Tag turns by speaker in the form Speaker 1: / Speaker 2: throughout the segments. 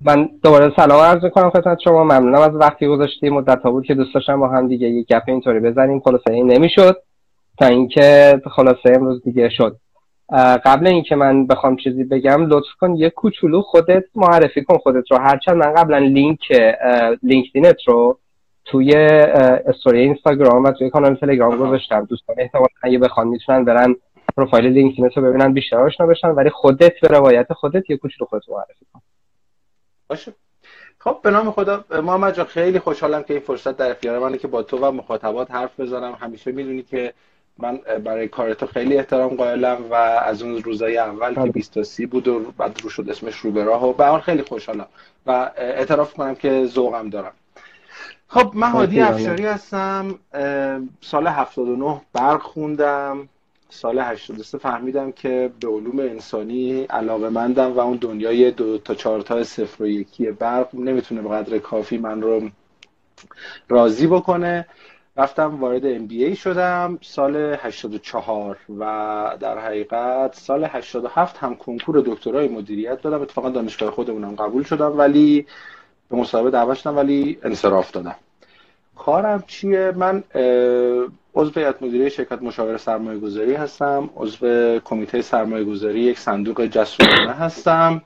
Speaker 1: من دوباره سلام عرض می‌کنم خدمت شما. ممنونم از وقتی گذاشتید. مدت‌ها بود که دوست داشتم با هم دیگه یک گپ اینطوری بزنیم. خلاصه این نمی‌شد تا اینکه خلاصه امروز دیگه شد. قبل اینکه من بخوام چیزی بگم لطف کن یه کوچولو خودت معرفی کن خودت رو. هرچند من قبلا لینکدینت رو توی استوری اینستاگرام و توی کانال تلگرام گذاشتم. دوستان احتمالاً اگه بخوان میتونن برن پروفایل لینکدینت رو ببینن بیشتر آشنا بشن، ولی خودت به روایت خودت یه کوچولو خودت معرفی کن.
Speaker 2: باشه. خب به نام خدا محمد جان، خیلی خوشحالم که این فرصت در اختیار منه که با تو و مخاطبات حرف بزنم. همیشه میدونی که من برای کار تو خیلی احترام قائلم و از اون روزای اول که 20 تا 30 بود و بعد رو شد اسمش رو به راه و به حال خیلی خوشحالم و اعتراف کنم که ذوقم دارم. خب من هادی افشاری هستم. سال 79 برق خوندم. سال 83 فهمیدم که به علوم انسانی علاقه‌مندم و اون دنیای 2 تا 4 تا 0 و 1 برق نمیتونه به قدر کافی من رو راضی بکنه. رفتم وارد MBA شدم سال 84 و در حقیقت سال 87 هم کنکور دکترای مدیریت دادم. اتفاقا دانشگاه خودمونم قبول شدم ولی به مصاحبه دعوت شدم ولی انصراف دادم. کارم چیه؟ من عضو هیئت مدیره شرکت مشاور سرمایه گذاری هستم، عضو کمیته سرمایه گذاری یک صندوق جسورانه هستم،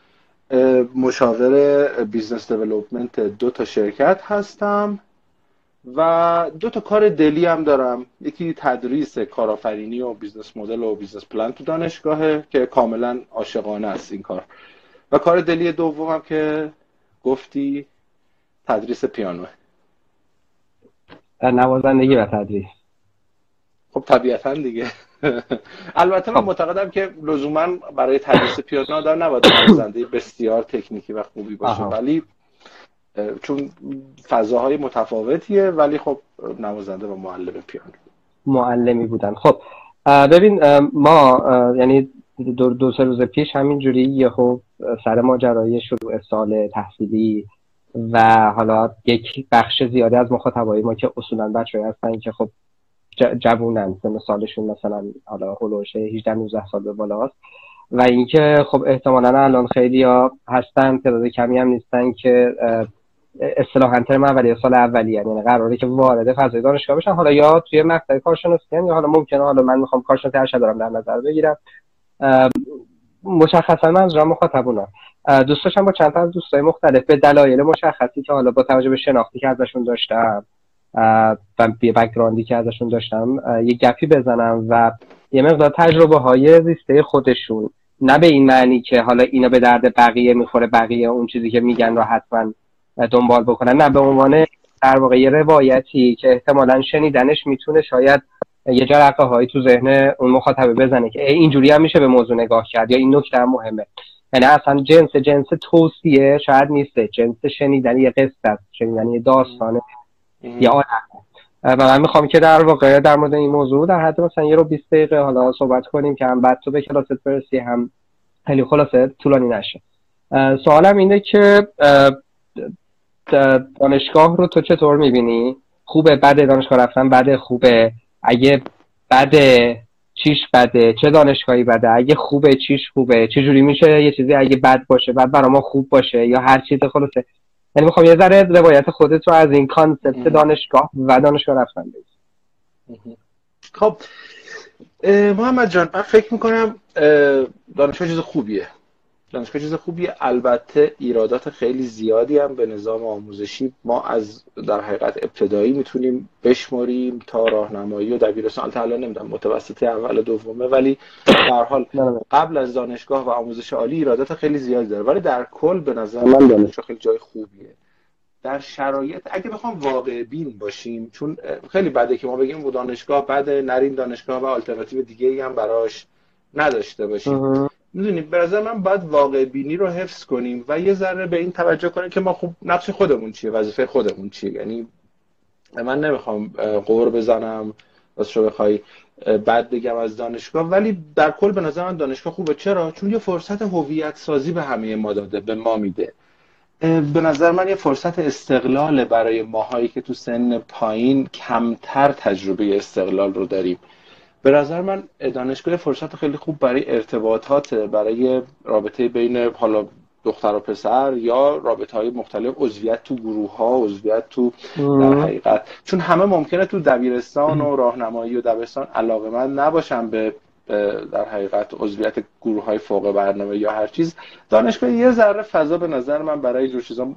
Speaker 2: مشاور بیزنس دیولپمنت 2 تا شرکت هستم و 2 تا کار دلی هم دارم. یکی تدریس کارآفرینی و بیزنس مدل و بیزنس پلان تو دانشگاهه که کاملا عاشقانه است این کار، و کار دلی دومم که گفتی تدریس پیانوه.
Speaker 1: نوازندگی و تدریس.
Speaker 2: خب طبیعتاً دیگه. البته من معتقدم که لزوما برای تدریس پیانو آدم نباید نوازنده بسیار تکنیکی و خوبی باشه، ولی چون فضاهای متفاوتیه، ولی خب نوازنده و معلم پیانو
Speaker 1: معلمی بودن. خب ببین ما یعنی 2-3 روز پیش همینجوری یهو سر ماجرای شروع سال تحصیلی و حالا یک بخش زیاده از مخاطبای ما که اصولاً بچه‌ای هستن که خب جوونن، سن سالشون مثلا حالا هولوش 18-19 سال به بالاست و اینکه خب احتمالاً الان خیلی‌ها هستن، تعداد کمی هم نیستن که اصطلاحاً ترم اولیه سال اولیه، یعنی قراره که وارد فضای دانشگاه بشن، حالا یا توی مقطع کارشناسی یا حالا ممکنه حالا من میخوام کارشناسی ارشد دارم در نظر بگیرم. مشخصا منظورم مخاطبونم. دوست داشتم با چند تا از دوستای مختلف به دلایل مشخصی که حالا با توجه به شناختی که ازشون داشتم و بک‌گراندی که ازشون داشتم یه گپی بزنم و یه مقدار تجربه های زیسته خودشون، نه به این معنی که حالا اینا به درد بقیه میخوره، بقیه اون چیزی که میگن رو حتما دنبال بکنن، نه، به عنوان در واقع یه روایتی که احتمالاً شنیدنش میتونه شاید یه جرقه هایی تو ذهن اون مخاطب بزنه که اینجوری هم میشه به موضوع نگاه کرد، یا این نکته هم مهمه. یعنی اصلا جنس توصیه شاید نیسته، جنس شنیدن یه قصه است، شنیدن یه داستانه یا آدم. و من میخوام که در واقع در مورد این موضوع در حد مثلا 1 رو 20 دقیقه حالا صحبت کنیم که هم بعد تو به کلاست برسی هم خیلی خلاصه طولانی نشه. سوالم اینه که دانشگاه رو تو چطور میبینی؟ خوبه بده دانشگاه رفتن؟ بده خوبه؟ اگه بده چیش بده؟ چه دانشگاهی بده؟ اگه خوبه چیش خوبه؟ چه جوری میشه یه چیزی اگه بد باشه بعد برای ما خوب باشه یا هر چیز خلاصه؟ یعنی میخوام یه ذره روایت خودت رو از این کانسپت دانشگاه و دانشگاه رفتن بگی.
Speaker 2: خب محمد جان، من فکر میکنم دانشگاه چیز خوبیه. دانشگاه چیز خوبیه، البته ایرادات خیلی زیادی هم به نظام آموزشی ما از در حقیقت ابتدایی میتونیم بشماریم تا راهنمایی و دبیرستان. الان نمیدونم متوسطه اول و دومه، ولی به هر حال قبل از دانشگاه و آموزش عالی ایرادات خیلی زیادی داره، ولی در کل به نظر من دانشگاه خیلی جای خوبیه. در شرایط اگه بخوام واقع بین باشیم، چون خیلی بده که ما بگیم دانشگاه بده نریم دانشگاه و آلترناتیو دیگه‌ای هم براش نداشته باشیم. میدونید به نظر من باید واقع بینی رو حفظ کنیم و یه ذره به این توجه کنیم که ما خب نقش خودمون چیه، وظیفه خودمون چیه. یعنی من نمیخوام قور بزنم واسه بخوای بعد بگم از دانشگاه، ولی در کل به نظر من دانشگاه خوبه. چرا؟ چون یه فرصت هویت سازی به همه ما داده، به ما میده. به نظر من یه فرصت استقلال برای ماهایی که تو سن پایین کمتر تجربه استقلال رو داریم. به نظر من دانشگاه فرصت خیلی خوب برای ارتباطات، برای رابطه بین حالا دختر و پسر یا رابطه‌های مختلف، عضویت تو گروه‌ها، عضویت تو در حقیقت، چون همه ممکنه تو دبیرستان و راهنمایی و دبستان علاقه‌مند نباشن به در حقیقت عضویت گروه‌های فوق برنامه یا هر چیز. دانشگاه یه ذره فضا به نظر من برای اینجور چیزا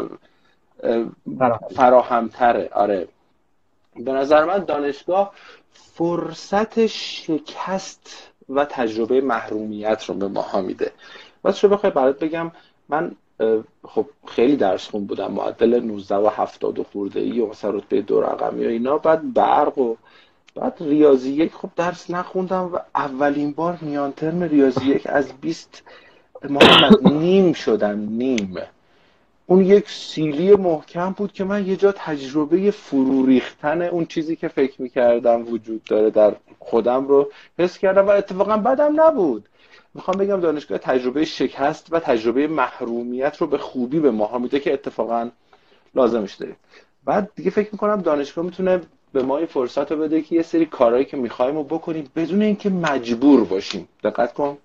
Speaker 2: فراهم‌تره. آره، به نظر من دانشگاه فرصت شکست و تجربه محرومیت رو به ماها میده. واسه بخوای برات بگم، من خب خیلی درس خون بودم، معدل 19 و 70 خورده‌ای و مثلا رتبه 2 رقمی و اینا، بعد برق و بعد ریاضی یک خب درس نخوندم و اولین بار میان ترم ریاضی یک از 20 محمد نیم شدم. نیم. اون یک سیلی محکم بود که من یه جا تجربه فرو ریختن اون چیزی که فکر میکردم وجود داره در خودم رو حس کردم و اتفاقا بدم نبود. میخوام بگم دانشگاه تجربه شکست و تجربه محرومیت رو به خوبی به ماها میده که اتفاقا لازمش داریم. بعد دیگه فکر میکنم دانشگاه میتونه به ما این فرصت رو بده که یه سری کارهایی که میخوایم رو بکنیم بدون اینکه مجبور باشیم. دقت کن،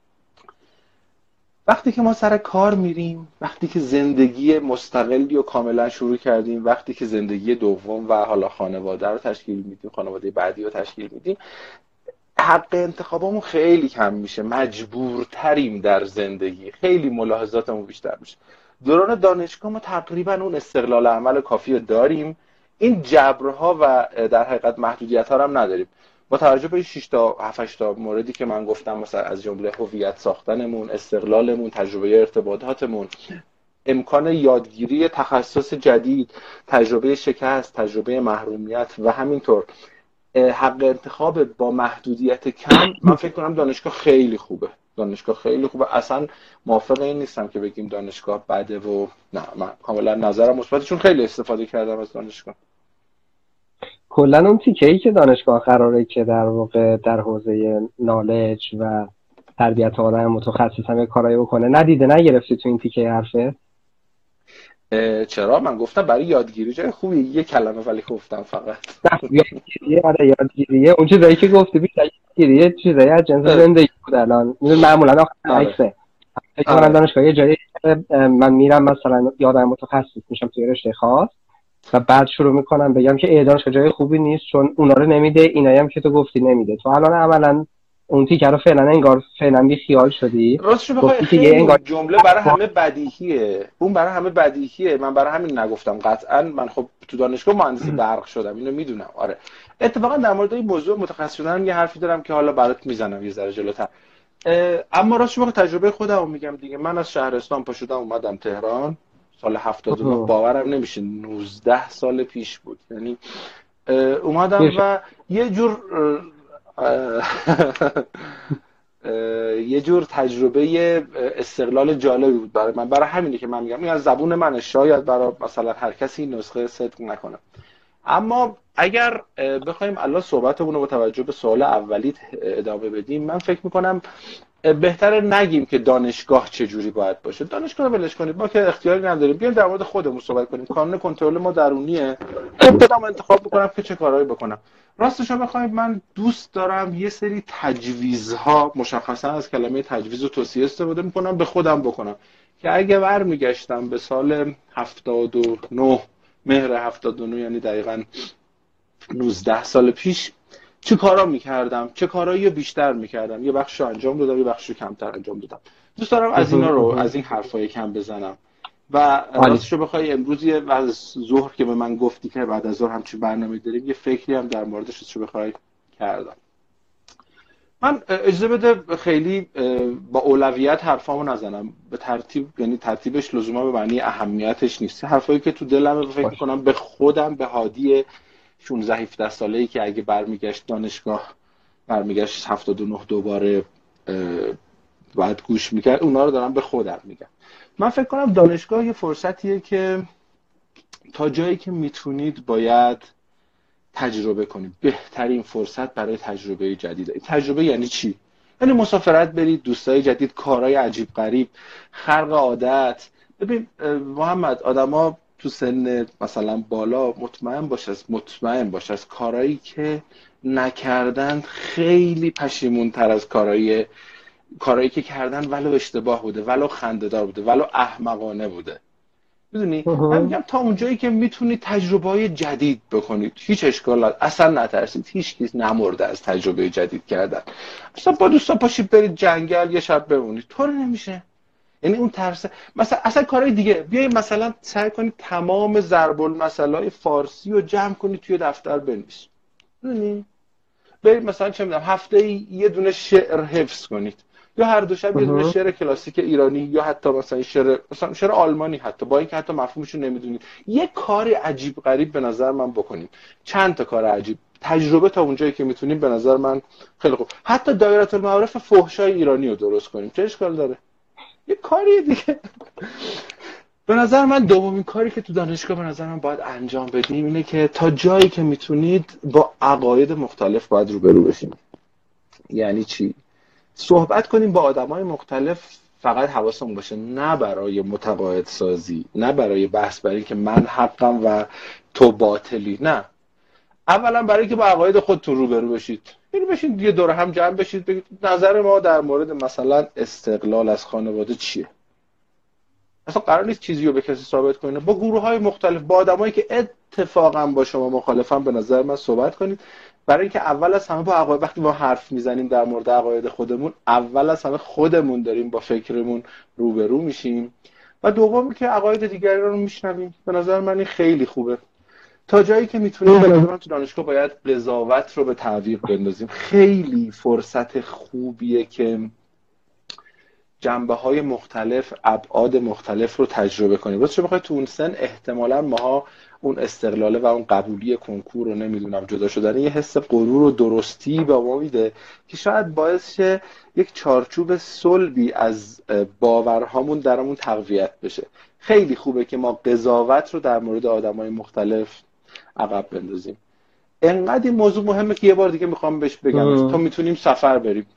Speaker 2: وقتی که ما سر کار میریم، وقتی که زندگی مستقلی و کاملا شروع کردیم، وقتی که زندگی دوم و حالا خانواده رو تشکیل میدیم، خانواده بعدی رو تشکیل میدیم، حق انتخابمون خیلی کم میشه، مجبورتریم در زندگی، خیلی ملاحظاتمون بیشتر میشه. دوران دانشگاه ما تقریبا اون استقلال عمل کافی رو داریم، این جبرها و در حقیقت محدودیت ها هم نداریم. با توجه به 6 تا 7 تا موردی که من گفتم، مثلا از جمله هویت ساختنمون، استقلالمون، تجربه ارتباطاتمون، امکان یادگیری تخصص جدید، تجربه شکست، تجربه محرومیت و همینطور حق انتخاب با محدودیت کم، من فکر کنم دانشگاه خیلی خوبه. دانشگاه خیلی خوبه. اصلا موافق این نیستم که بگیم دانشگاه بده و نه، من کاملا نظرم مثبته، چون خیلی استفاده کردم از دانشگاه.
Speaker 1: کلا اون تیکه‌ای که دانشگاه قراره که در واقع در حوزه نالج و تربیت آدم متخصص هم کارایی بکنه، ندیده نگرفتی تو این تیکه حرفه؟
Speaker 2: چرا؟ من گفتم برای یادگیری جای خوبی، یه کلمه ولی گفتم فقط.
Speaker 1: یادگیریه. آره یادگیریه. اون چیزایی که گفتی بیشتر یادگیریه، چیزایی از جنس زندگی بود. الان معمولا عکسه. فکر کنم دانشگاه یه جایی من میرم مثلا یادم متخصص میشم توی رشته خاص و بعد شروع میکنم بگم که دانشگاه جای خوبی نیست چون اونا رو نمیده، اینایی هم که تو گفتی نمیده. تو الان عملا اون تیکه رو فعلا انگار فعلا بی خیال شدی.
Speaker 2: راستش بخوای خیلی انگار جمله برای همه بدیهیه، اون برای همه بدیهیه، من برای همین نگفتم. قطعا من خب تو دانشگاه مهندسی برق شدم، اینو میدونم. آره، اتفاقا در مورد این موضوع متخصص شدن یه حرفی دارم که حالا برات میزنم یه ذره جلوتر. اما راستش بخوای تجربه خودم میگم دیگه. من از شهرستان پا شدم اومدم تهران سال 79. باورم نمیشه 19 سال پیش بود. یعنی اومدم و یه جور تجربه استقلال جالبی بود برای من. برای همینه که من میگم این از زبون منه، شاید برای مثلا هر کسی این نسخه صدق نکنه. اما اگر بخوایم الان صحبتمون رو با توجه به سوال اولی ادامه بدیم، من فکر میکنم بهتره نگیم که دانشگاه چجوری باید باشه. دانشگاه رو ولش کنید، ما که اختیاری نداریم. بیایم در مورد خودمون صحبت کنیم. کانون کنترل ما درونیه، خودم انتخاب بکنم که چه کارهایی بکنم. راستش رو بخواید من دوست دارم یه سری تجویزها، مشخصا از کلمه تجویز و توصیه استفاده میکنم، به خودم بکنم که اگه برمیگشتم به سال 79 مهر 79، یعنی دقیقاً 19 سال پیش، چه کارا میکردم، چه کارایی رو بیشتر میکردم، یه بخش رو انجام دادم، یه بخش رو کمتر انجام دادم. دوست دارم از اینا رو، از این حرفای کم بزنم. و راستش رو بخوای امروز یه از ظهر که به من گفتی که بعد از ظهر همچین برنامه داریم، یه فکری هم در موردش رو بخوای کردم. من اجازه بده خیلی با اولویت حرفامو نزنم به ترتیب، یعنی ترتیبش لزوما به معنی اهمیتش نیست. حرفایی که تو دلمه فکر می‌کنم به خودم، به هادی 16 17 ساله‌ای که اگه برمیگشت دانشگاه، برمیگشت 79 دوباره بعد گوش میکرد، اونا رو دارم به خودم میگم. من فکر کنم دانشگاه یه فرصتیه که تا جایی که میتونید باید تجربه کنید. بهترین فرصت برای تجربه جدیده. تجربه یعنی چی؟ یعنی مسافرت برید، دوستای جدید، کارهای عجیب غریب، خلق عادت. ببین محمد، آدما تو سن مثلا بالا مطمئن باش از کارهایی که نکردن خیلی پشیمون تر از کارهای کارهایی که کردن ولو اشتباه بوده، ولو خنده‌دار بوده، ولو احمقانه بوده. میدونی من میگم تا اونجایی که میتونید تجربه‌های جدید بکنید هیچ اشکال نداره، اصلا نترسید، هیچ کس نمرده از تجربه جدید کردن. اصلا با دوستا پاشید برید جنگل یه شب بمونید، طور نمیشه. یعنی اون ترس مثلا اصلا کارهای دیگه بیاید مثلا سعی کنید تمام ضرب المثل‌های فارسی رو جمع کنید توی دفتر بنویسید. میدونی برید مثلا چه میدونم هفته یه دونه شعر حفظ کنید، یا هر دو شب یه دونه شعر کلاسیک ایرانی، یا حتی مثلا شعر آلمانی، حتی با اینکه حتی مفهومش رو نمیدونید، یه کاری عجیب غریب به نظر من بکنید. چند تا کار عجیب تجربه تا اونجایی که میتونیم به نظر من خیلی خوب. حتی دایره المعارف فحشای ایرانی رو درست کنیم، چه اشکال داره؟ یه کاری دیگه. به نظر من دومین کاری که تو دانشگاه به نظر من باید انجام بدیم اینه که تا جایی که میتونید با عقاید مختلف باید روبرو بشیم. یعنی چی؟ صحبت کنیم با آدمای مختلف، فقط حواسمون باشه نه برای متقاعد سازی، نه برای بحث برای که من حقم و تو باطلی، نه. اولا برای که با عقاید خودتون روبرو بشید، یعنی بشین یه دور هم جمع بشید بگید نظر ما در مورد مثلا استقلال از خانواده چیه. اصلا قرار نیست چیزی رو به کسی ثابت کنید، با گروه‌های مختلف، با آدمایی که اتفاقا با شما مخالفن به نظر من صحبت کنید. برای اینکه اول از همه با عقاید، وقتی ما حرف میزنیم در مورد عقاید خودمون، اول از همه خودمون داریم با فکرمون روبرو میشیم و دوم که عقاید دیگری رو میشنویم. به نظر من این خیلی خوبه. تا جایی که میتونیم به نظر من تو دانشگاه باید قضاوت رو به تعویق بندازیم. خیلی فرصت خوبیه که جنبه‌های مختلف، ابعاد مختلف رو تجربه کنیم. واسه بخوای تو اون سن احتمالاً ماها اون استقلاله و اون قبولی کنکور رو نمیدونم جدا شدن یه حس غرور و درستی به ما میده که شاید باعث شه یک چارچوب صلبی از باورهامون درمون تقویت بشه. خیلی خوبه که ما قضاوت رو در مورد آدمای مختلف عقب بندازیم. انقدر این موضوع مهمه که یه بار دیگه میخوام بهش بگم تا میتونیم سفر بریم،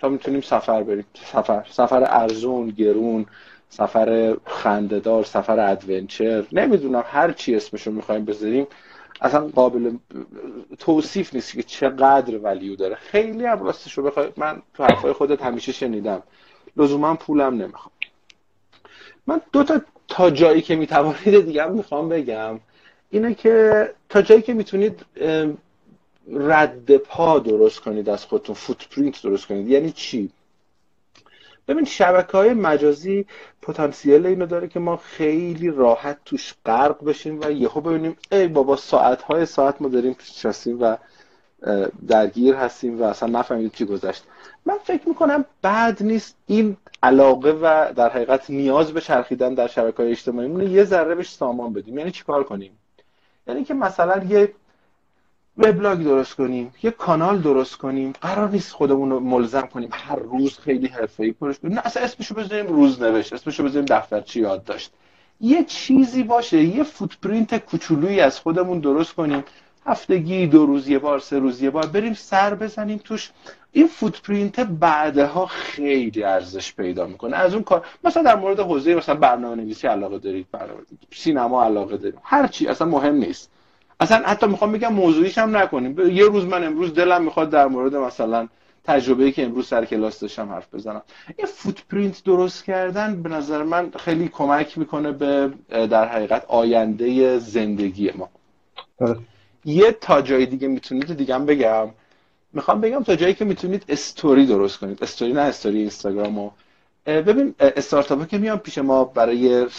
Speaker 2: سفر ارزون، گرون، سفر خنده‌دار، سفر ادونچر، نمیدونم هر چی اسمشو میخوایم بذاریم، اصلا قابل توصیف نیست که چقدر ولیو داره. خیلی هم راستش رو بخوای، من تو حرفای خودت همیشه شنیدم لزوما پولم نمیخوام. من دو تا جایی که میتوانید دیگه هم میخوام بگم اینه که تا جایی که میتونید رد پا درست کنید از خودتون، فوتپرینت درست کنید. یعنی چی؟ ببین شبکه‌های مجازی پتانسیل اینو داره که ما خیلی راحت توش غرق بشیم و یهو ببینیم ای بابا ساعت ما داریم توش نشستیم و درگیر هستیم و اصلا نفهمیدیم چی گذشت. من فکر میکنم بد نیست این علاقه و در حقیقت نیاز به چرخیدن در شبکه‌های اجتماعی یه ذره بهش سامان بدیم. یعنی چی کار کنیم؟ یعنی که مثلا یه وبلاگ درست کنیم، یه کانال درست کنیم. قرار نیست خودمون رو ملزم کنیم هر روز خیلی حرفه‌ای پرش کنیم، نه اصلا اسمشو بذاریم روزنوشت، اسمشو بذاریم دفترچه یادداشت. یه چیزی باشه، یه فوتپرینت کوچولویی از خودمون درست کنیم، هفتگی 2 روز یه بار، 3 روز یه بار بریم سر بزنیم توش. این فوتپرینت بعدها خیلی ارزش پیدا میکنه. از اون کار مثلا در مورد حوزه مثلا برنامه‌نویسی علاقه دارید، سینما علاقه دارید، هر چی اصلا مهم نیست. اصلا حتی میخوام بگم موضوعیش هم نکنیم. یه روز من امروز دلم میخواد در مورد مثلا تجربه‌ای که امروز سر کلاس داشتم حرف بزنم. این فوتپرینت درست کردن به نظر من خیلی کمک میکنه به در حقیقت آینده زندگی ما. یه تا جای دیگه میتونید دیگه هم بگم، میخوام بگم تا جایی که میتونید استوری درست کنید. استوری نه استوری اینستاگرامو. ببین استارتاپ‌ها که میان پیش ما برای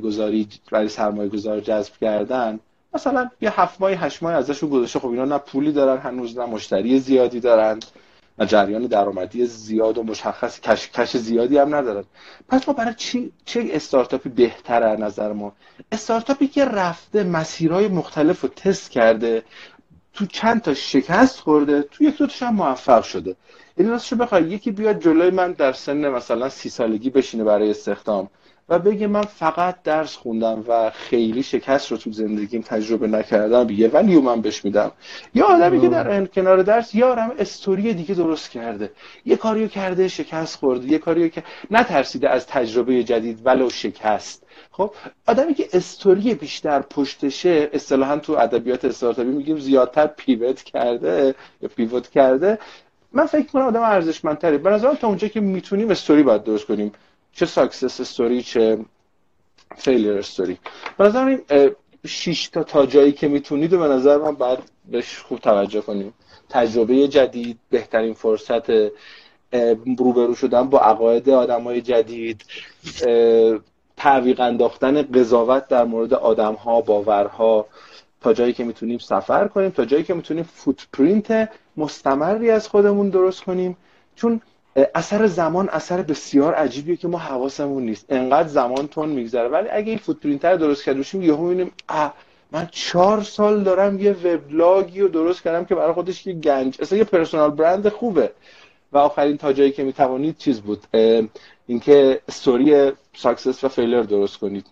Speaker 2: سرمایه‌گذار جذب کردن، مثلا یه 7 ماه 8 ماه ازشون گذشته، خب اینا نه پولی دارن هنوز، نه مشتری زیادی دارن، نه جریان درآمدی زیاد و مشخص کش زیادی هم ندارن. پس ما برای چه استارتاپی بهتره از نظر ما؟ استارتاپی که رفته مسیرهای مختلف رو تست کرده، تو چند تا شکست خورده، تو یک دو تاش هم موفق شده. یعنی راستش بخوای یکی بیاد جلوی من در سن مثلا 30 سالگی بشینه برای استخدام و بگه من فقط درس خوندم و خیلی شکست رو تو زندگیم تجربه نکردم، یه ولیو من بهش میدم. یا آدمی که در کنار درس یارم استوری دیگه درست کرده، یه کاریو کرده شکست خورده، یه کاریو که نترسیده از تجربه جدید ولو شکست. خب آدمی که استوری بیشتر پشتشه، اصطلاحاً تو ادبیات استارتاپی میگیم زیادتر پیوت کرده یا پیوت کرده، من فکر کنم آدم ارزشمندتری. به نظرم تا اونجا که میتونیم استوری باید درست کنیم، چه ساکسس استوری چه فیلر استوری. به نظرم این 6 تا جایی که میتونید و به نظر من باید بهش خوب توجه کنیم. تجربه جدید، بهترین فرصت، روبرو شدن با عقاید آدمای جدید، تعویق انداختن قضاوت در مورد آدم‌ها، باورها، تا جایی که میتونیم سفر کنیم، تا جایی که میتونیم فوتپرینت مستمری از خودمون درست کنیم. چون اثر زمان اثر بسیار عجیبیه که ما حواسمون نیست، انقدر زمان تون میگذره، ولی اگه این فوتپرینت رو درست کرده باشیم یهو میبینیم من 4 سال دارم یه وبلاگی رو درست کردم که برای خودش یه گنج، اصلا یه پرسونال برند خوبه. و آخرین تا جایی که میتوانید چیز بود، اینکه استوری ساکسس و فیلر درست کنید.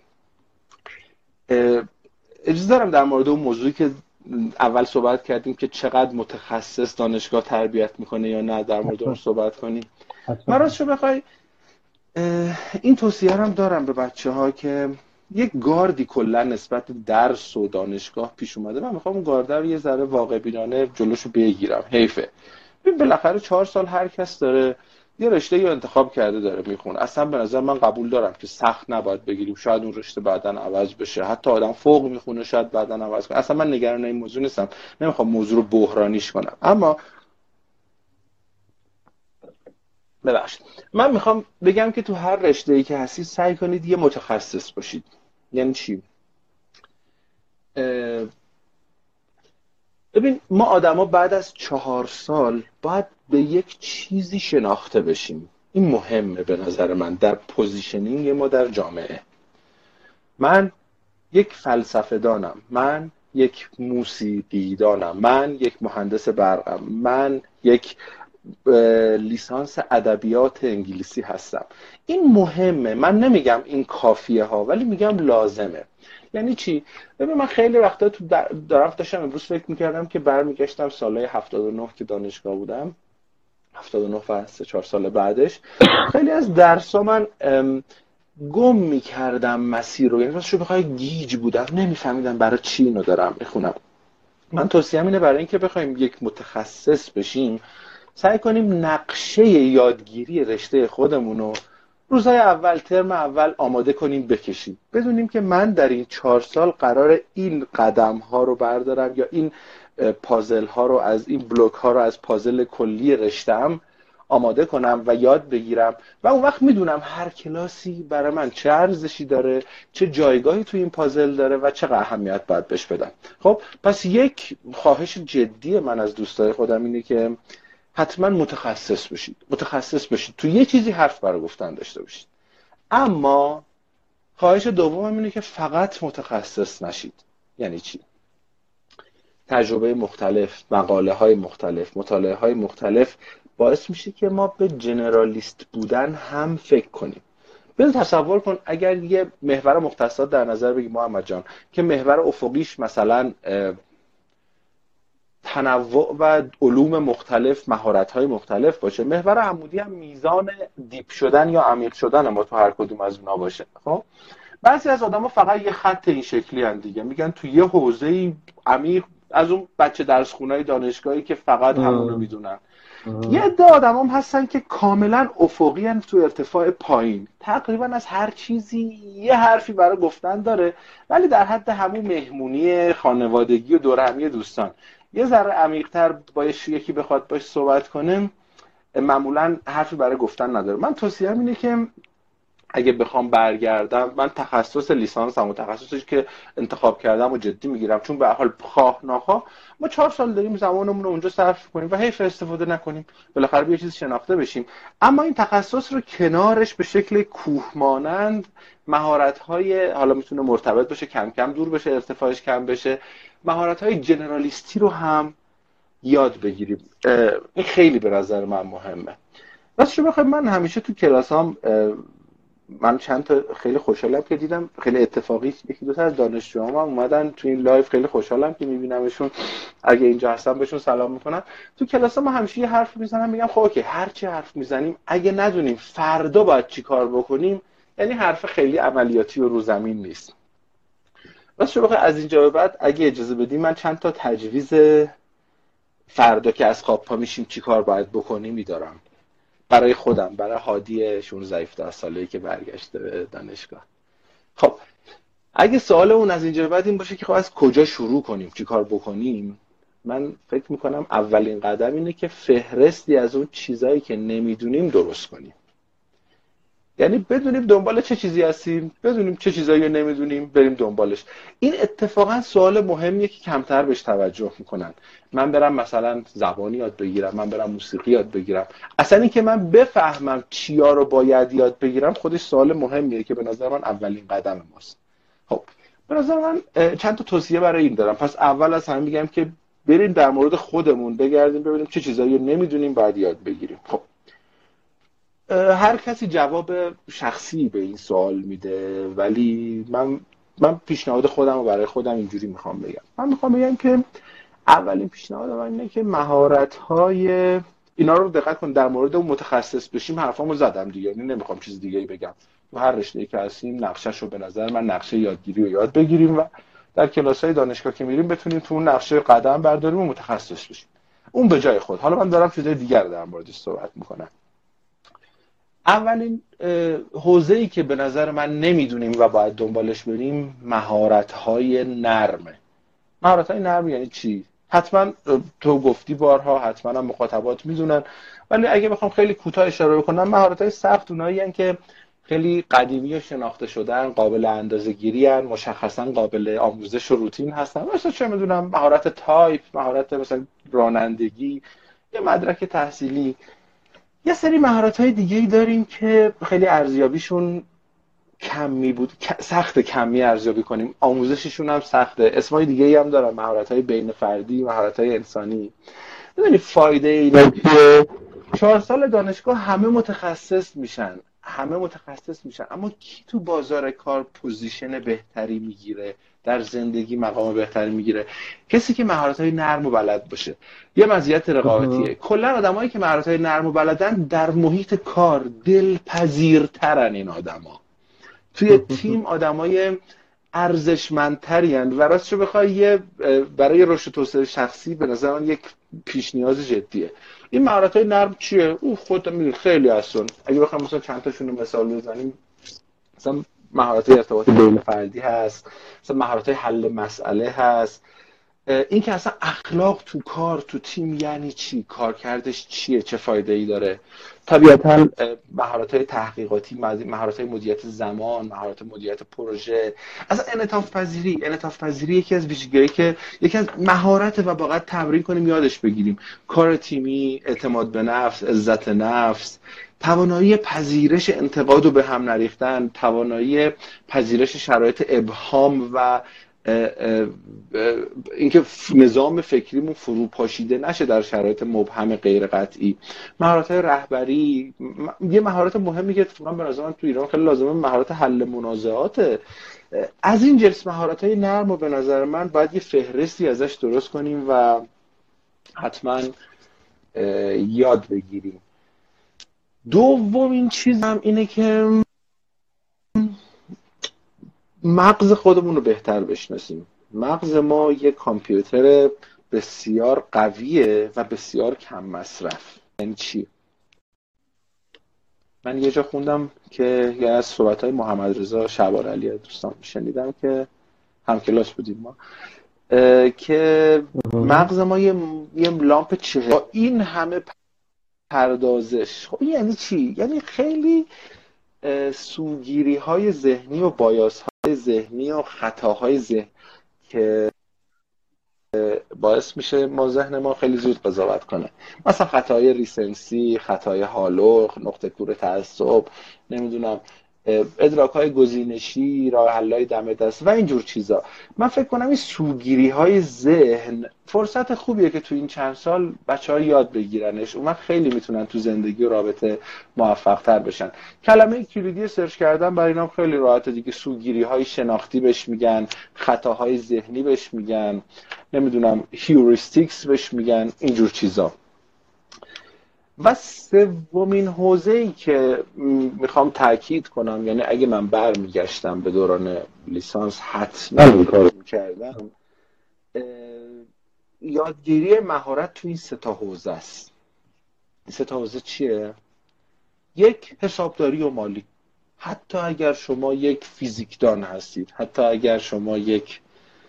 Speaker 2: اجازه دارم در مورد اون موضوعی که اول صحبت کردیم که چقدر متخصص دانشگاه تربیت میکنه یا نه در مورد اون صحبت کنیم. من راستشو بخوای این توصیه هم دارم به بچه‌ها که یک گاردی کلا نسبت درس و دانشگاه پیش اومده، من میخوام اون گارد رو یه ذره واقع بینانه جلوشو بگیرم. حیفه. بالاخره 4 سال هر کس داره یه رشته یا انتخاب کرده داره میخونه. اصلا به نظر من قبول دارم که سخت نباید بگیریم، شاید اون رشته بعداً عوض بشه، حتی آدم فوق میخونه شاید بعداً عوض کنه. اصلا من نگران این موضوع نیستم، نمیخوام موضوع رو بحرانیش کنم، اما ببخشید من میخوام بگم که تو هر رشته‌ای که هستید سعی کنید یه متخصص باشید. یعنی چی؟ ببین ما آدما بعد از 4 سال باید به یک چیزی شناخته بشیم. این مهمه به نظر من در پوزیشنینگ ما در جامعه. من یک فلسفه دانم، من یک موسیقی دانم، من یک مهندس برقم، من یک لیسانس ادبیات انگلیسی هستم. این مهمه. من نمیگم این کافیه ها، ولی میگم لازمه. یعنی چی؟ ببین من خیلی وقتا تو داشتم امروز فکر میکردم که برمیگشتم سالهای 79 که دانشگاه بودم، 79 و 3-4 سال بعدش خیلی از درسا من گم میکردم مسیر رو. یعنی راستشو بخوای گیج بودم، نمیفهمیدم برای چی اینو دارم میخونم. من توصیه‌ام اینه برای اینکه بخوایم یک متخصص بشیم سعی کنیم نقشه یادگیری رشته خودمون رو روزهای اول، ترم اول آماده کنیم، بکشیم. بدونیم که من در این 4 سال قرار این قدم ها رو بردارم یا این پازل ها رو از این بلوک ها رو از پازل کلی رشته‌ام آماده کنم و یاد بگیرم و اون وقت میدونم هر کلاسی برای من چه ارزشی داره، چه جایگاهی تو این پازل داره و چه اهمیت باید بهش بدم. خب پس یک خواهش جدی من از دوستای خودم اینه که حتما متخصص بشید تو یه چیزی، حرف برای گفتن داشته باشید. اما خواهش دومم اینه که فقط متخصص نشید. یعنی چی؟ تجربه مختلف، مقاله های مختلف، مطالعه های مختلف باعث میشه که ما به جنرالیست بودن هم فکر کنیم. بذار تصور کن اگر یه محور مختصات در نظر بگی محمد جان که محور افقیش مثلا تنوع و علوم مختلف، مهارت‌های مختلف باشه، محور عمودی هم میزان دیپ شدن یا عمیق شدن ما تو هر کدوم از اونها باشه. خب بعضی از آدما فقط یه خط این شکلی ان دیگه، میگن تو یه حوزه‌ای عمیق، از اون بچه درس خونه‌ای دانشگاهی که فقط همون رو میدونن. یه عده آدم هم هستن که کاملا افقی ان تو ارتفاع پایین، تقریبا از هر چیزی یه حرفی برای گفتن داره، ولی در حد همون مهمونی خانوادگی و دور همی دوستان. یه ذره عمیق‌تر باش یکی بخواد باش صحبت کنه معمولا حرفی برای گفتن نداره. من توصیه‌ام اینه که اگه بخوام برگردم، من تخصص لیسانسم و تخصصی که انتخاب کردم و جدی میگیرم، چون به هر حال خواه ناخواه ما 4 سال داریم زمانمون رو اونجا صرف کنیم و حیف استفاده نکنیم، بالاخره به یه چیز شناخته بشیم. اما این تخصص رو کنارش به شکل کوه مانند مهارت‌های، حالا میتونه مرتبط باشه، کم کم دور بشه، ارتفاعش کم بشه، مهارت‌های جنرالیستی رو هم یاد بگیریم. این خیلی به نظر من مهمه. راستش بخوام من همیشه تو کلاسام من چند تا خیلی خوشحالم که دیدم، خیلی اتفاقی یکی دو تا از دانشجوام هم اومدن تو این لایو، خیلی خوشحالم که میبینمشون. اگه اینجا هستن بهشون سلام میکنم. تو کلاس ما همیشه یه حرف میزنم، میگم خب اوکی، هر چی حرف میزنیم اگه ندونیم فردا باید چی کار بکنیم، یعنی حرف خیلی عملیاتی و رو زمین نیست. راستش بخوام از اینجا به بعد اگه اجازه بدیم من چند تا تجویز فردا که از خواب پا میشیم چی کار باید بکنیم میدارم برای خودم، برای هادی 16-17 ساله‌ای که برگشته به دانشگاه. خب اگه سوال اون از اینجا بعد این باشه که خب از کجا شروع کنیم، چی کار بکنیم، من فکر میکنم اولین قدم اینه که فهرستی از اون چیزایی که نمیدونیم درست کنیم. یعنی بدونیم دنبال چه چیزی هستیم، بدونیم چه چیزایی رو نمیدونیم، بریم دنبالش. این اتفاقا سوال مهمیه که کمتر بهش توجه میکنن. من برم مثلا زبانی یاد بگیرم، من برم موسیقی یاد بگیرم، اصلا این که من بفهمم چیا رو باید یاد بگیرم خودش سوال مهمیه که به نظر من اولین قدم ماست. خب به نظر من چند تا توصیه برای این دارم. پس اول از همه میگم که بریم در مورد خودمون بگردیم ببینیم چه چیزایی رو نمیدونیم باید یاد بگیریم. خب هر کسی جواب شخصی به این سوال میده، ولی من پیشنهاد خودم رو برای خودم اینجوری میخوام بگم. من میخوام بگم که اولین پیشنهاد من اینه که مهارت‌های اینا رو دقت کن. در مورد اون متخصص بشیم حرفامو زدم دیگه، یعنی نمیخوام چیز دیگه‌ای بگم. تو هر رشته‌ای که هستیم نقشه‌شو به نظر من نقشه یادگیری رو یاد بگیریم و در کلاس‌های دانشگاه که میریم بتونیم تو اون نقشه قدم برداریم و متخصص بشیم. اون به جای خود. حالا من دارم چیزای دیگر در موردش صحبت میکنم. اولین حوزه‌ای که به نظر من نمیدونیم و باید دنبالش بریم مهارت‌های نرمه. مهارت‌های نرم یعنی چی؟ حتما تو گفتی بارها، حتما هم مخاطبات میدونن، ولی اگه بخوام خیلی کوتاه اشاره بکنم، مهارت‌های سخت اونایی هستن که خیلی قدیمی و شناخته شدن، قابل اندازه‌گیری هستن، مشخصا قابل آموزش و روتین هستن. مثلا چه میدونم مهارت تایپ، مهارت مثلا رانندگی، یه مدرک تحصیلی. یه سری مهارت‌های دیگه‌ای داریم که خیلی ارزیابیشون کمی بود، سخت کمی ارزیابی کنیم، آموزششون هم سخته. اسمای دیگه‌ای هم دارن، مهارت‌های بین فردی، مهارت‌های انسانی. می‌دونی فایده اینه که 4 سال دانشگاه همه متخصص میشن، اما کی تو بازار کار پوزیشن بهتری میگیره، در زندگی مقام بهتری میگیره؟ کسی که مهارت‌های نرم و بلد باشه. یه مزیت رقابتیه. کلا آدمایی که مهارت‌های نرم و بلدن در محیط کار دلپذیرترن. این آدما توی تیم آدمای ارزشمندتری هستند و راستش رو بخوای برای رشد و توسعه شخصی به نظر من یک پیش نیاز جدیه. این مهارت‌های نرم چیه؟ خودت می‌دونی خیلی هستن. اگه بخوام مثلا چند تاشون رو مثال بزنیم، مثلا مهارت‌های ارتباط بین فردی هست، مثلا مهارت‌های حل مسئله هست. این که اصلا اخلاق تو کار، تو تیم یعنی چی، کارکردش چیه، چه فایده‌ای داره. طبیعتاً مهارت‌های تحقیقاتی، مهارت‌های مدیریت زمان، مهارت مدیریت پروژه، اصلا انعطاف پذیری یکی از ویژگی‌هایی که یکی از مهارت و باید تمرین کنیم یادش بگیریم. کار تیمی، اعتماد به نفس، عزت نفس، توانایی پذیرش انتقاد و به هم نریختن، توانایی پذیرش شرایط ابهام و اینکه نظام فکریمون فروپاشیده نشه در شرایط مبهم غیر قطعی. مهارت‌های رهبری، یه مهارت مهمی که اتفاقا به نظر من تو ایران خیلی لازمه، مهارت حل منازعات. از این جنس مهارت‌های نرم و به نظر من باید یه فهرستی ازش درست کنیم و حتما یاد بگیریم. دومین چیزم اینه که مغز خودمون رو بهتر بشناسیم. مغز ما یک کامپیوتر بسیار قویه و بسیار کم مصرف. یعنی چی؟ من یه جا خوندم که یه از صحبت‌های محمد رضا شعب‌آلی دوستان شنیدم که همکلاس بودیم ما، که مغز ما یه لامپ چهره با این همه پردازش. خب این یعنی چی؟ یعنی خیلی سوگیری‌های ذهنی و بایاس‌های ذهنی و خطاهای ذهنی که باعث میشه ما ذهن ما خیلی زود قضاوت کنه. مثلا خطای ریسنسی، خطای هالو، نقطه کور تعصب، نمیدونم ادراک‌های گزینشی، راه حل‌های دم دست و اینجور چیزا. من فکر کنم این سوگیری‌های ذهن فرصت خوبیه که تو این چند سال بچه‌ها یاد بگیرنش. اون وقت خیلی میتونن تو زندگی و رابطه موفق‌تر بشن. کلمه کلیدی سرچ کردن برای اینام خیلی راحته دیگه. سوگیری‌های شناختی بهش میگن، خطاهای ذهنی بهش میگن، نمیدونم هیوریستیکس بهش میگن، اینجور چیزا. و سومین حوزه‌ای که میخوام تاکید کنم، یعنی اگه من برمیگشتم به دوران لیسانس حتما این کارو میکردم، یادگیری مهارت تو این 3 تا حوزه است. این 3 تا حوزه چیه؟ یک، حسابداری و مالی. حتی اگر شما یک فیزیکدان هستید، حتی اگر شما یک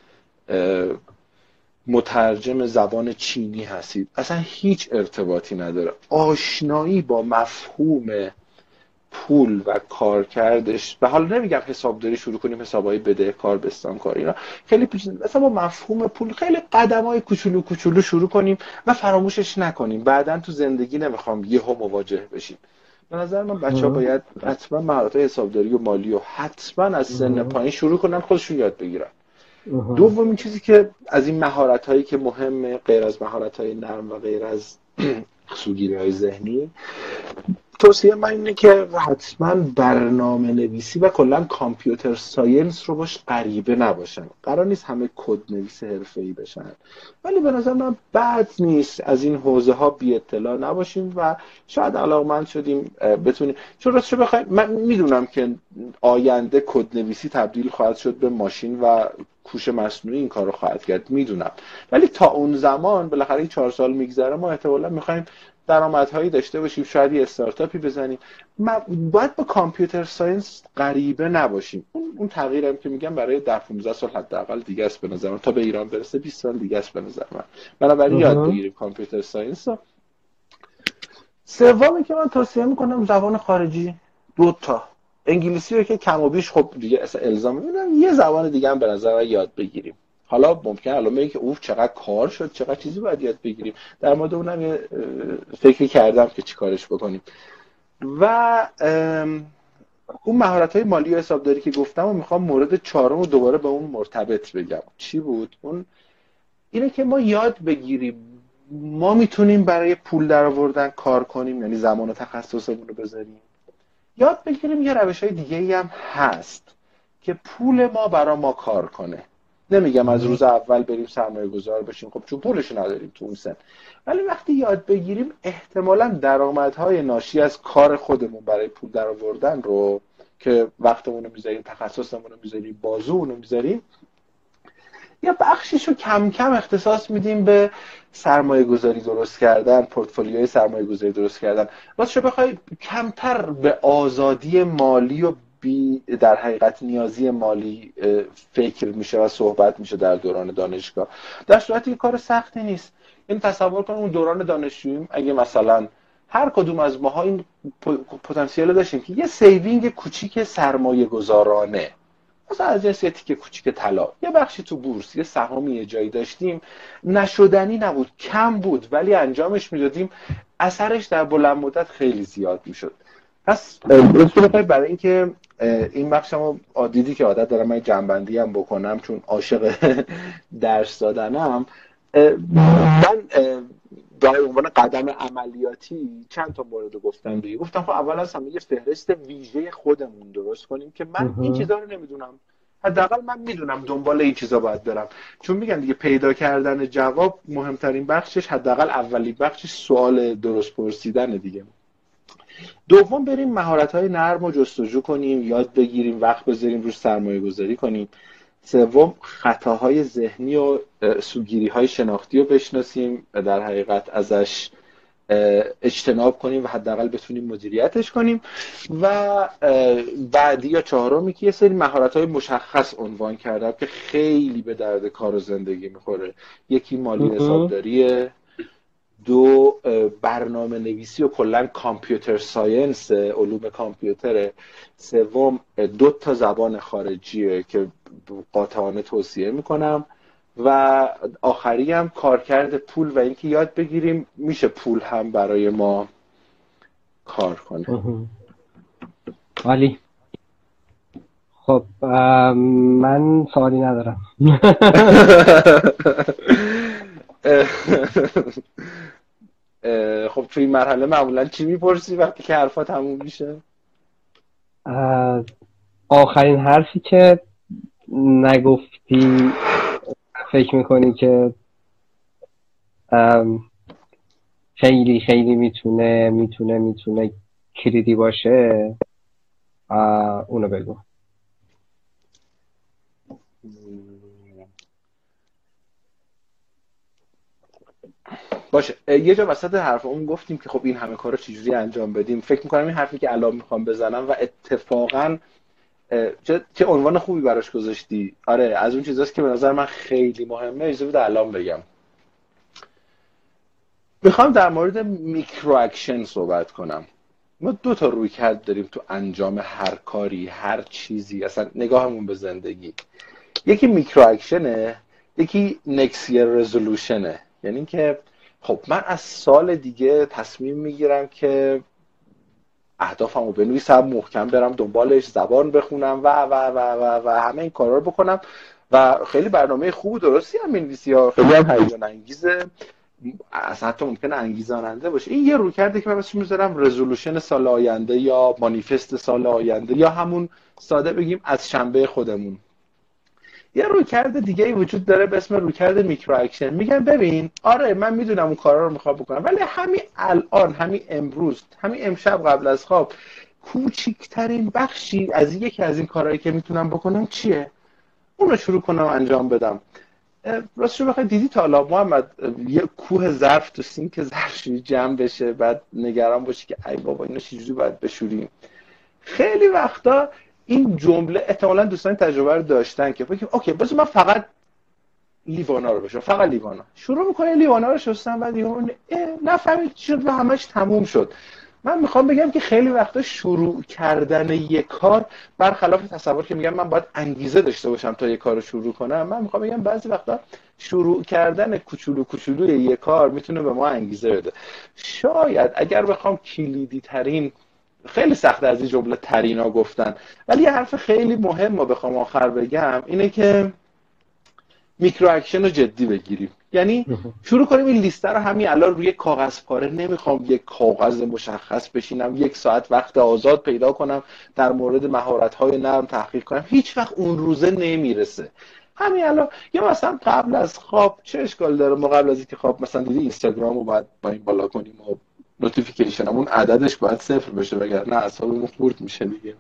Speaker 2: مترجم زبان چینی هستید، اصلا هیچ ارتباطی نداره. آشنایی با مفهوم پول و کارکردش، و حالا نمیگم حسابداری شروع کنیم حسابای بدهکار بستانکار، اینا خیلی پیچیده، مثلا با مفهوم پول خیلی قدمای کوچولو کوچولو شروع کنیم و فراموشش نکنیم. بعدن تو زندگی نمیخوام یهو مواجه بشیم. به نظر من بچه‌ها باید حتما مهارت‌های حسابداری و مالی رو حتما از سن پایین شروع کنن، خودشون یاد بگیرن. دومین چیزی که از این مهارت‌هایی که مهمه، غیر از مهارت‌های نرم و غیر از سوگیری‌های ذهنی، توصیه من اینه که حتما برنامه نویسی و کلا کامپیوتر ساینس رو باش غریبه نباشن. قرار نیست همه کد نویس حرفه‌ای بشن، ولی به نظر من بد نیست از این حوزه ها بی اطلاع نباشیم و شاید علاقمند شدیم بتونیم. چون راستش بخوایم من میدونم که آینده کد نویسی تبدیل خواهد شد به ماشین و هوش مصنوعی این کارو خواهد کرد، میدونم، ولی تا اون زمان بالاخره این 4 سال میگذره، ما احتمالاً میخوایم درآمدهایی داشته باشیم، شاید یه استارتاپی بزنیم. باید با کامپیوتر ساینس غریبه نباشیم. اون تغییرم که میگم برای 10-15 سال حداقل دیگه است به نظر من، تا به ایران برسه 20 سال دیگه است به نظر من. بنابراین یاد بگیریم کامپیوتر ساینس رو. سومی که من توصیه میکنم زبان خارجی، 2 تا. انگلیسی رو که کم و بیش خب دیگه الزام میدونم، یه زبان دیگه هم به نظر من یاد بگیریم. حالا ممکنه الان میگه که اوف چقدر کار شد، چقدر چیزی باید یاد بگیریم. در مورد اونم یه فکری کردم که چیکارش بکنیم. و اون مهارت‌های مالی و حسابداری که گفتم و میخوام مورد 4 رو دوباره به اون مرتبط بگم. چی بود؟ اون اینه که ما یاد بگیریم ما میتونیم برای پول درآوردن کار کنیم، یعنی زمان و تخصصمون رو بذاریم. یاد بگیریم یه روش‌های دیگه‌ای هم هست که پول ما برای ما کار کنه. نمیگم از روز اول بریم سرمایه گذار بشیم، خب چون پولش نداریم تو اون سن، ولی وقتی یاد بگیریم احتمالاً درآمدهای ناشی از کار خودمون برای پول درآوردن رو که وقتمون رو میذاریم، تخصصمون رو میذاریم، بازومون رو میذاریم، یا بخشش رو کم کم اختصاص میدیم به سرمایه گذاری درست کردن، پورتفولیوی سرمایه گذاری درست کردن. راستش بخوای کمتر به آزادی مالی و در حقیقت نیازی مالی فکر میشه و صحبت میشه در دوران دانشگاه، در صورتی که کار سختی نیست. این تصور کن اون دوران دانشجویی اگه مثلا هر کدوم از ماها این پتانسیل داشتیم که یه سیوینگ کوچیک سرمایه گذارانه، مثلا از جنس یه تیکه کوچیک طلا، یه بخشی تو بورس، یه سهامی یه جایی داشتیم، نشدنی نبود، کم بود، ولی انجامش میدادیم، اثرش در بلند مدت خیلی زیاد میشد. پس برای اینکه این بخشمو دیدی که عادت دارم من جنبندی هم بکنم چون عاشق درس دادنم، من برای عنوان قدم عملیاتی چند تا مورد گفتم دیگه. گفتم خب اول از همه یه فهرست ویژه خودمون درست کنیم که من این چیزا رو نمیدونم، حداقل من میدونم دنبال این چیزا باید برم. چون میگن دیگه پیدا کردن جواب مهمترین بخشش، حداقل اولی بخشش، سوال درست پرسیدن دیگه. دوم بریم مهارت‌های نرم رو جستجو کنیم، یاد بگیریم، وقت بذاریم روش، سرمایه گذاری کنیم. سوم خطاهای ذهنی و سوگیری‌های شناختی رو بشناسیم، در حقیقت ازش اجتناب کنیم و حداقل بتونیم مدیریتش کنیم. و بعدی یا چهارمی که یه سری مهارت‌های مشخص عنوان کردم که خیلی به درد کار و زندگی میخوره. یکی مالی حسابداریه، 2 برنامه نویسی و کلا کامپیوتر ساینس، علوم کامپیوتره، 3 2 تا زبان خارجیه که قاطعانه توصیه میکنم، و آخری هم کارکرد پول و اینکه یاد بگیریم میشه پول هم برای ما کار کنه.
Speaker 1: عالی. خب من سوالی ندارم.
Speaker 2: خب توی این مرحله معمولا چی میپرسی وقتی که حرفا تموم میشه؟
Speaker 1: آخرین حرفی که نگفتی فکر میکنی که خیلی خیلی میتونه کلیدی باشه، اونو بگو.
Speaker 2: باشه یه جا وسط حرفمون گفتیم که خب این همه کارا چجوری انجام بدیم. فکر میکنم این حرفی که الان میخوام بزنم و اتفاقا چه عنوان خوبی براش گذاشتی. آره از اون چیزاست که به نظر من خیلی مهمه. اجازه بده الان بگم. میخوام در مورد میکرو اکشن صحبت کنم. ما دو تا رویکرد داریم تو انجام هر کاری، هر چیزی، اصلا نگاهمون به زندگی. یکی میکرو اکشنه، یکی next year resolutionه. یعنی که خب من از سال دیگه تصمیم میگیرم که اهدافمو بنویسم، محکم برم دنبالش، زبان بخونم و همه این کارا رو بکنم و خیلی برنامه خوب و درستی هم می‌نویسی یا خیلی هم هیجان انگیزه، اصلا حتی ممکنه انگیزاننده باشه. این یه رویکرده که من اسمش میذارم رزولوشن سال آینده یا مانیفست سال آینده یا همون ساده بگیم از شنبه خودمون. یه رویکرد دیگه ای وجود داره به اسم رویکرد میکرو اکشن. میگن ببین آره من میدونم اون کارا رو میخوام بکنم، ولی همین الان، همین امروز، همین امشب قبل از خواب کوچکترین بخشی از یکی از این کارهایی که میتونم بکنم چیه؟ اون رو شروع کنم انجام بدم. راستش رو بخوای دیدی تا حالا محمد یه کوه ظرف تو سینک ظرفشویی جمع بشه بعد نگران باشی که ای بابا اینو چجوری باید بشوریم؟ خیلی وقتا این جمله احتمالاً دوستان تجربه رو داشتن که فکر اوکی بذار من فقط لیوانا رو بشم، فقط لیوانا. شروع میکنه لیوانا رو شستن بعد دیگه نفهمید چی شد و همش تموم شد. من میخوام بگم که خیلی وقتا شروع کردن یک کار برخلاف تصور که میگم من باید انگیزه داشته باشم تا یک کار رو شروع کنم، من میخوام بگم بعضی وقتا شروع کردن کوچولو کوچولوی یک کار میتونه به ما انگیزه بده. شاید اگر بخوام کلیدی ترین، خیلی سخته از این جمله ترینا گفتن، ولی یه حرف خیلی مهم ما بخوام آخر بگم اینه که میکرو اکشن رو جدی بگیریم. یعنی شروع کنیم این لیسته رو همین الان روی کاغذ پاره، نمیخوام یک کاغذ مشخص بشینم 1 ساعت وقت آزاد پیدا کنم در مورد مهارت‌های نرم تحقیق کنم، هیچ وقت اون روزه نمیرسه. همین الان یا مثلا قبل از خواب چه اشکال داره ما قبل از اینکه خواب مثلا دیدی اینستاگرام رو باید با این بالا کنیم و نوتیفیکیشنمون عددش باید 0 بشه وگرنه اعصابمون خورد میشه دیگه.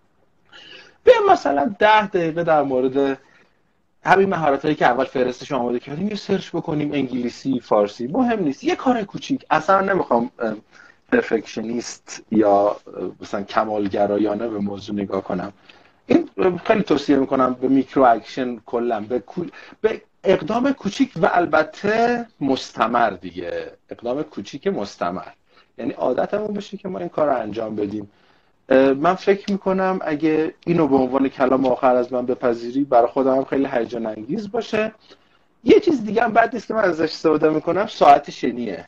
Speaker 2: بیا مثلا 10 دقیقه در مورد همین مهارتایی که اول فهرستش آماده کردیم یه سرچ بکنیم، انگلیسی، فارسی، مهم نیست، یه کار کوچیک. اصلا نمیخوام پرفکشنیست یا مثلا کمالگرایانه به موضوع نگاه کنم. این خیلی توصیه میکنم به میکرو اکشن کلا، به اقدام کوچیک و البته مستمر دیگه. اقدام کوچیک مستمر یعنی عادتمون بشه که ما این کار رو انجام بدیم. من فکر میکنم اگه اینو به عنوان کلام آخر از من بپذیری برای خودم هم خیلی هیجان انگیز باشه. یه چیز دیگه هم بد نیست که من ازش استفاده میکنم، ساعت شنیه.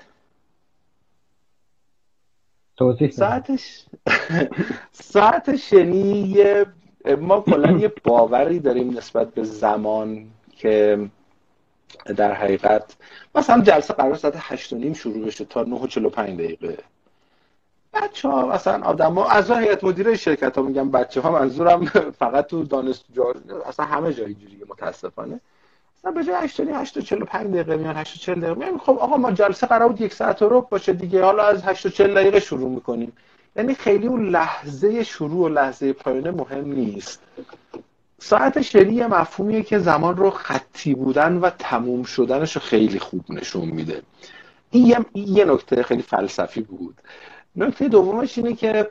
Speaker 2: ساعت شنی ما کلا یه باوری داریم نسبت به زمان که در حقیقت مثلا جلسه قرار ساعت 8:30 شروع بشه تا 9:45. بچه‌ها مثلا آدم‌ها از هیئت مدیره شرکت ها، میگم بچه‌ها منظورم فقط تو دانشجو، اصلا همه جای اینجوریه متاسفانه. مثلا به جای 8:45 میان 8:40 میان. خب آقا ما جلسه قرار بود 1 ساعت و ربع باشه دیگه، حالا از 8:40 شروع میکنیم. یعنی خیلی اون لحظه شروع و لحظه پایان مهم نیست. ساعت شنی مفهومیه که زمان رو خطی بودن و تموم شدنش رو خیلی خوب نشون میده. این یه نکته خیلی فلسفی بود. نکته دومش اینه که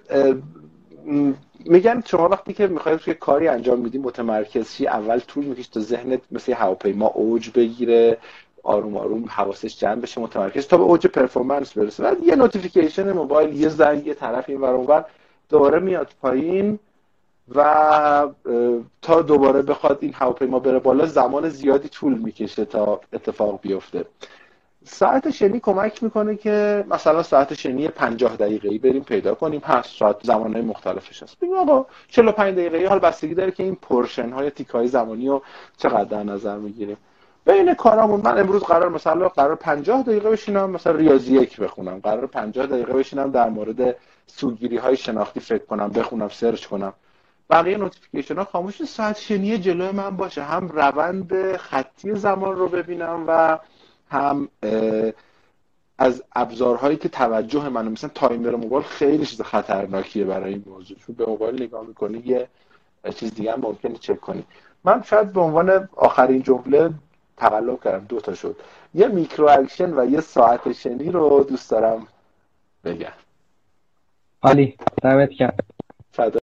Speaker 2: میگن شما وقتی که میخواید توی کاری انجام میدی متمرکز شی، اول طول میکشه تا ذهنت مثل هواپیما اوج بگیره، آروم آروم حواسش جمع بشه، متمرکز تا به اوج پرفورمنس برسه. بعد یه نوتیفیکیشن موبایل، یه زنگ، یه طرف این ور اون ور، دوباره میاد پایین و تا دوباره بخواد این هواپیما بره بالا زمان زیادی طول میکشه تا اتفاق بیفته. ساعت شنی کمک میکنه که مثلا ساعت شنی 50 دقیقه‌ای بریم پیدا کنیم، هست ساعت زمانهای مختلفش هست. بگیم آقا 45 دقیقه‌ای، حال بستگی داره که این پورشن های تیکای زمانی رو چقدر در نظر میگیریم. بین کارامون من امروز قرار 50 دقیقه بشینم مثلا ریاضی 1 بخونم، قرار 50 دقیقه بشینم در مورد سوگیری های شناختی فکر کنم، بخونم، سرچ کنم. بقیه نوتیفیکیشن ها خاموش. ساعت شنی جلوی من باشه، هم روند خطی زمان رو ببینم و هم از ابزارهایی که توجه منو، مثلا تایمر موبایل خیلی چیز خطرناکیه برای این موضوع، چون به موبایل نگاه میکنی یه چیز دیگه هم ممکنه چک کنی. من شاید به عنوان آخرین جمله تقلب کردم 2 تا شد. یه میکرو اکشن و یه ساعت شنی رو دوست دارم بگم.
Speaker 1: عالی، دمت گرم.